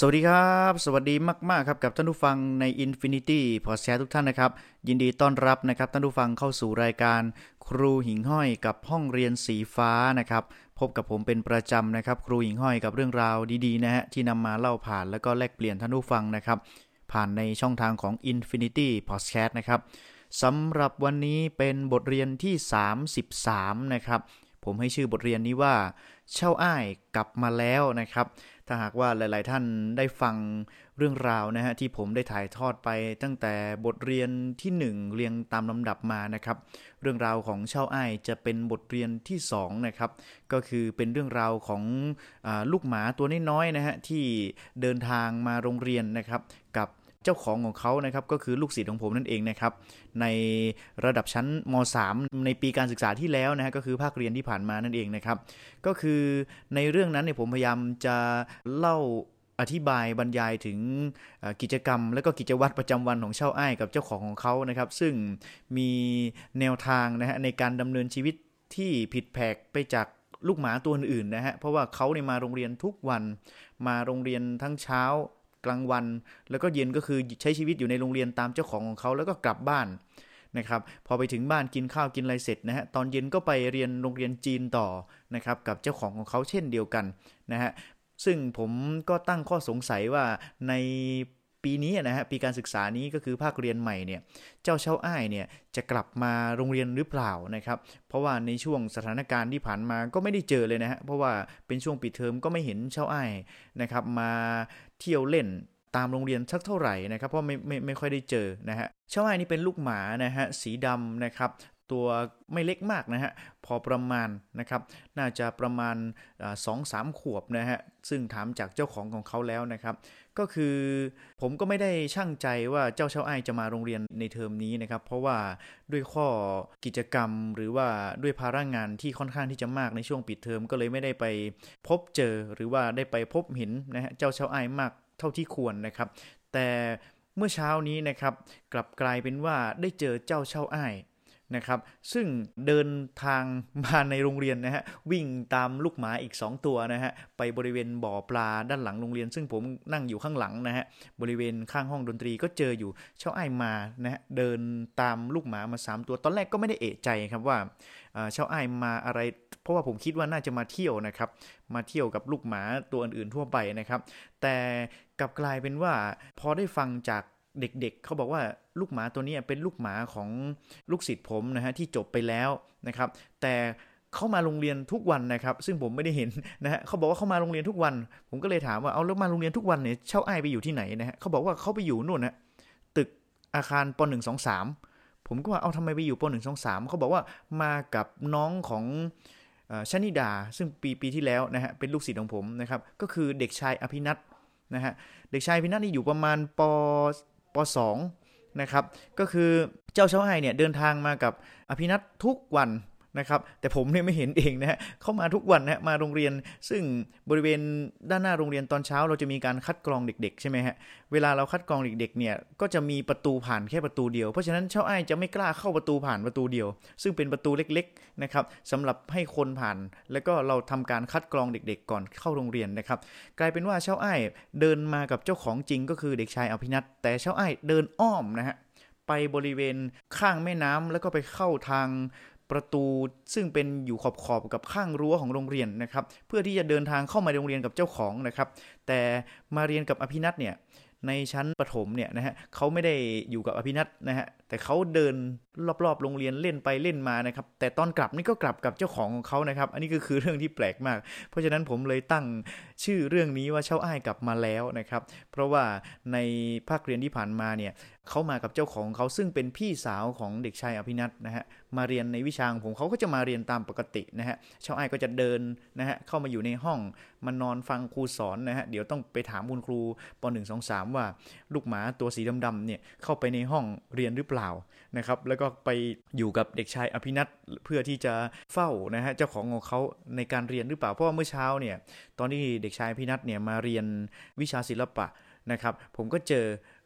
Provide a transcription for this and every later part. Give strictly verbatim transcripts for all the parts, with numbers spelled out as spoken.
วัสดีครับสวัสดีมากๆครับกับท่านผู้ฟังใน Infinity Podcast ทุกท่านนะครับยินดีต้อนรับนะครับท่านผู้ฟังเข้าสู่รายการครูหิ่งห้อยกับห้องเรียนสีฟ้านะครับพบกับผมเป็นประจำนะครับครูหิ่งห้อยกับเรื่องราวดีๆนะฮะที่นำมาเล่าผ่านแล้วก็แลกเปลี่ยนท่านผู้ฟังนะครับผ่านในช่องทางของ Infinity Podcast นะครับสำหรับวันนี้เป็นบทเรียนที่สามสิบสามนะครับผมให้ชื่อบทเรียนนี้ว่าเช่าอ้ายกลับมาแล้วนะครับถ้าหากว่าหลายๆท่านได้ฟังเรื่องราวนะฮะที่ผมได้ถ่ายทอดไปตั้งแต่บทเรียนที่หนึ่งเรียงตามลำดับมานะครับเรื่องราวของเช่าอ้ายจะเป็นบทเรียนที่สองนะครับก็คือเป็นเรื่องราวของอ่าลูกหมาตัวน้อยๆนะฮะที่เดินทางมาโรงเรียนนะครับกับเจ้าของของเขานะครับก็คือลูกศิษย์ของผมนั่นเองนะครับในระดับชั้นม สาม ในปีการศึกษาที่แล้วนะฮะก็คือภาคเรียนที่ผ่านมานั่นเองนะครับก็คือในเรื่องนั้นเนี่ยผมพยายามจะเล่าอธิบายบรรยายถึงกิจกรรมและก็กิจวัตรประจำวันของเช่าอ้ายกับเจ้าของของเขานะครับซึ่งมีแนวทางนะฮะในการดำเนินชีวิตที่ผิดแผกไปจากลูกหมาตัวอื่นๆนะฮะเพราะว่าเขาเนี่ยมาโรงเรียนทุกวันมาโรงเรียนทั้งเช้ากลางวันแล้วก็เย็นก็คือใช้ชีวิตอยู่ในโรงเรียนตามเจ้าของของเขาแล้วก็กลับบ้านนะครับพอไปถึงบ้านกินข้าวกินอะไรเสร็จนะฮะตอนเย็นก็ไปเรียนโรงเรียนจีนต่อนะครับกับเจ้าของของเขาเช่นเดียวกันนะฮะซึ่งผมก็ตั้งข้อสงสัยว่าในปีนี้นะฮะปีการศึกษานี้ก็คือภาคเรียนใหม่เนี่ยเจ้าเช่าอ้ายเนี่ยจะกลับมาโรงเรียนหรือเปล่านะครับเพราะว่าในช่วงสถานการณ์ที่ผ่านมาก็ไม่ได้เจอเลยนะฮะเพราะว่าเป็นช่วงปิดเทอมก็ไม่เห็นเช่าอ้ายนะครับมาเที่ยวเล่นตามโรงเรียนสักเท่าไหร่นะครับเพราะไม่ไม่ไม่ค่อยได้เจอนะฮะเช่าอ้ายนี่เป็นลูกหมานะฮะสีดำนะครับตัวไม่เล็กมากนะฮะพอประมาณนะครับน่าจะประมาณสองสามขวบนะฮะซึ่งถามจากเจ้าของของเขาแล้วนะครับก็คือผมก็ไม่ได้ชั่งใจว่าเจ้าเช่าอ้ายจะมาโรงเรียนในเทอมนี้นะครับเพราะว่าด้วยข้อกิจกรรมหรือว่าด้วยภาระงานที่ค่อนข้างที่จะมากในช่วงปิดเทอมก็เลยไม่ได้ไปพบเจอหรือว่าได้ไปพบเห็นนะฮะเจ้าเช่าอ้ายมากเท่าที่ควรนะครับแต่เมื่อเช้านี้นะครับกลับกลายเป็นว่าได้เจอเจ้าเช่าอ้ายนะครับซึ่งเดินทางมาในโรงเรียนนะฮะวิ่งตามลูกหมาอีกสองตัวนะฮะไปบริเวณบ่อปลาด้านหลังโรงเรียนซึ่งผมนั่งอยู่ข้างหลังนะฮะบริเวณข้างห้องดนตรีก็เจออยู่เช่าอ้ายมานะฮะเดินตามลูกหมามาสามตัวตอนแรกก็ไม่ได้เอะใจครับว่าเช่าอ้ายมาอะไรเพราะว่าผมคิดว่าน่าจะมาเที่ยวนะครับมาเที่ยวกับลูกหมาตัวอื่นๆทั่วไปนะครับแต่กลับกลายเป็นว่าพอได้ฟังจากเด็กๆ เเขาบอกว่าลูกหมาตัวนี้เป็นลูกหมาของลูกศิษย์ผมนะฮะที่จบไปแล้วนะครับแต่เขามาโรงเรียนทุกวันนะครับซึ่งผมไม่ได้เห็นนะฮะเขาบอกว่าเขามาโรงเรียนทุกวันผมก็เลยถามว่าเอาแล้วมาโรงเรียนทุกวันเนี่ยเช่าอ้ายไปอยู่ที่ไหนนะฮะเขาบอกว่าเขาไปอยู่นู่นนะตึกอาคารป หนึ่ง สอง สาม ผมก็ว่าเอาทำไมไปอยู่ป หนึ่ง สอง สามเขาบอกว่ามากับน้องของชนิดาซึ่งปีปีที่แล้วนะฮะเป็นลูกศิษย์ของผมนะครับก็คือเด็กชายอภินัทนะฮะเด็กชายอภินัทนี่อยู่ประมาณปป สอง นะครับก็คือเจ้าเช่าอ้ายเนี่ยเดินทางมากับอภินัททุกวันนะครับแต่ผมเนี่ยไม่เห็นเองนะฮะเข้ามาทุกวันนะมาโรงเรียนซึ่งบริเวณด้านหน้าโรงเรียนตอนเช้าเราจะมีการคัดกรองเด็กๆใช่ไหมฮะเวลาเราคัดกรองเด็กๆเนี่ยก็จะมีประตูผ่านแค่ประตูเดียวเพราะฉะนั้นเช่าอ้ายจะไม่กล้าเข้าประตูผ่านประตูเดียวซึ่งเป็นประตูเล็กๆนะครับสำหรับให้คนผ่านแล้วก็เราทำการคัดกรองเด็กๆก่อนเข้าโรงเรียนนะครับกลายเป็นว่าเช่าอ้ายเดินมากับเจ้าของจริงก็คือเด็กชายอภินัทแต่เช่าอ้ายเดินอ้อมนะฮะไปบริเวณข้างแม่น้ำแล้วก็ไปเข้าทางประตูซึ่งเป็นอยู่ขอบๆกับข้างรั้วของโรงเรียนนะครับเพื่อที่จะเดินทางเข้ามาโรงเรียนกับเจ้าของนะครับแต่มาเรียนกับอภินัทเนี่ยในชั้นประถมเนี่ยนะฮะเขาไม่ได้อยู่กับอภินัทนะฮะแต่เขาเดินรอบๆโรงเรียนเล่นไปเล่นมานะครับแต่ตอนกลับนี่ก็กลับกับเจ้าของของเขานะครับอันนี้ก็คือเรื่องที่แปลกมากเพราะฉะนั้นผมเลยตั้งชื่อเรื่องนี้ว่าเช่าอ้ายกลับมาแล้วนะครับเพราะว่าในภาคเรียนที่ผ่านมาเนี่ยเขามากับเจ้าของเขาซึ่งเป็นพี่สาวของเด็กชายอภินัทนะฮะมาเรียนในวิชาของผมเขาก็จะมาเรียนตามปกตินะฮะเช่าอ้ายก็จะเดินนะฮะเข้ามาอยู่ในห้องมานอนฟังครูสอนนะฮะเดี๋ยวต้องไปถามคุณครูป หนึ่ง สอง สาม ว่าลูกหมาตัวสีดำๆเนี่ยเข้าไปในห้องเรียนหรือเปล่านะครับแล้วก็ไปอยู่กับเด็กชายอภินัทเพื่อที่จะเฝ้านะฮะเจ้าของของเขาในการเรียนหรือเปล่าเพราะว่าเมื่อเช้าเนี่ยตอนที่เด็กชายอภินัทเนี่ยมาเรียนวิชาศิลปะนะครับผมก็เจอ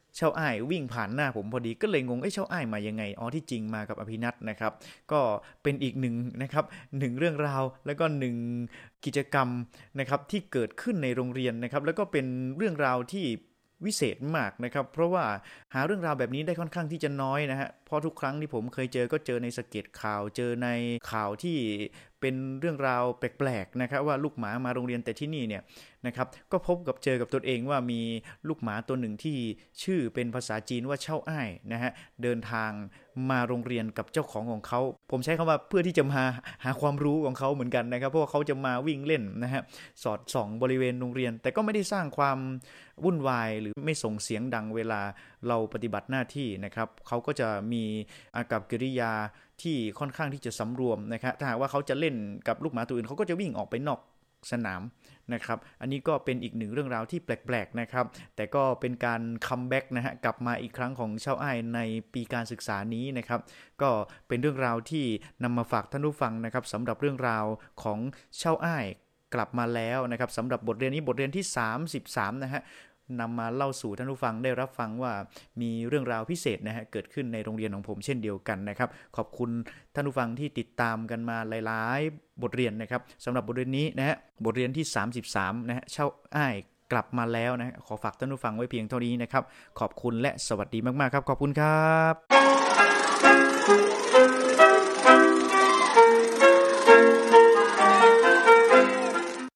เช่าอ้ายวิ่งผ่านหน้าผมพอดีก็เลยงงไอ้เช่าอ้ายมายังไงอ๋อที่จริงมากับอภินัทนะครับก็เป็นอีกหนึ่งนะครับหนึ่งเรื่องราวแล้วก็หนึ่งกิจกรรมนะครับที่เกิดขึ้นในโรงเรียนนะครับแล้วก็เป็นเรื่องราวที่วิเศษมากนะครับเพราะว่าหาเรื่องราวแบบนี้ได้ค่อนข้างที่จะน้อยนะฮะเพราะทุกครั้งที่ผมเคยเจอก็เจอในสเก็ตข่าวเจอในข่าวที่เป็นเรื่องราวแปลกๆนะครับว่าลูกหมามาโรงเรียนแต่ที่นี่เนี่ยนะครับก็พบกับเจอกับตัวเองว่ามีลูกหมาตัวหนึ่งที่ชื่อเป็นภาษาจีนว่าเช่าอ้ายนะฮะเดินทางมาโรงเรียนกับเจ้าของของเขาผมใช้คำว่าเพื่อที่จะมาหาความรู้ของเขาเหมือนกันนะครับเพราะว่าเขาจะมาวิ่งเล่นนะฮะสอดส่องบริเวณโรงเรียนแต่ก็ไม่ได้สร้างความวุ่นวายหรือไม่ส่งเสียงดังเวลาเราปฏิบัติหน้าที่นะครับเขาก็จะมีอากับกิริยาที่ค่อนข้างที่จะสำรวมนะครับถ้าหากว่าเขาจะเล่นกับลูกหมาตัวอื่นเขาก็จะวิ่งออกไปนอกสนามนะครับอันนี้ก็เป็นอีกหนึ่งเรื่องราวที่แปลกๆนะครับแต่ก็เป็นการคัมแบ็กนะฮะกลับมาอีกครั้งของเช่าอ้ายในปีการศึกษานี้นะครับก็เป็นเรื่องราวที่นำมาฝากท่านผู้ฟังนะครับสำหรับเรื่องราวของเช่าอ้ายกลับมาแล้วนะครับสำหรับบทเรียนนี้บทเรียนที่สามสิบสามนะฮะนำมาเล่าสู่ท่านผู้ฟังได้รับฟังว่ามีเรื่องราวพิเศษนะฮะเกิดขึ้นในโรงเรียนของผมเช่นเดียวกันนะครับขอบคุณท่านผู้ฟังที่ติดตามกันมาหลายๆบทเรียนนะครับสำหรับบทเรียนนี้นะฮะบทเรียนที่สามสิบสามนะฮะเช่าอ้ายกลับมาแล้วนะขอฝากท่านผู้ฟังไว้เพียงเท่านี้นะครับขอบคุณและสวัสดีมากๆครับขอบคุณครับ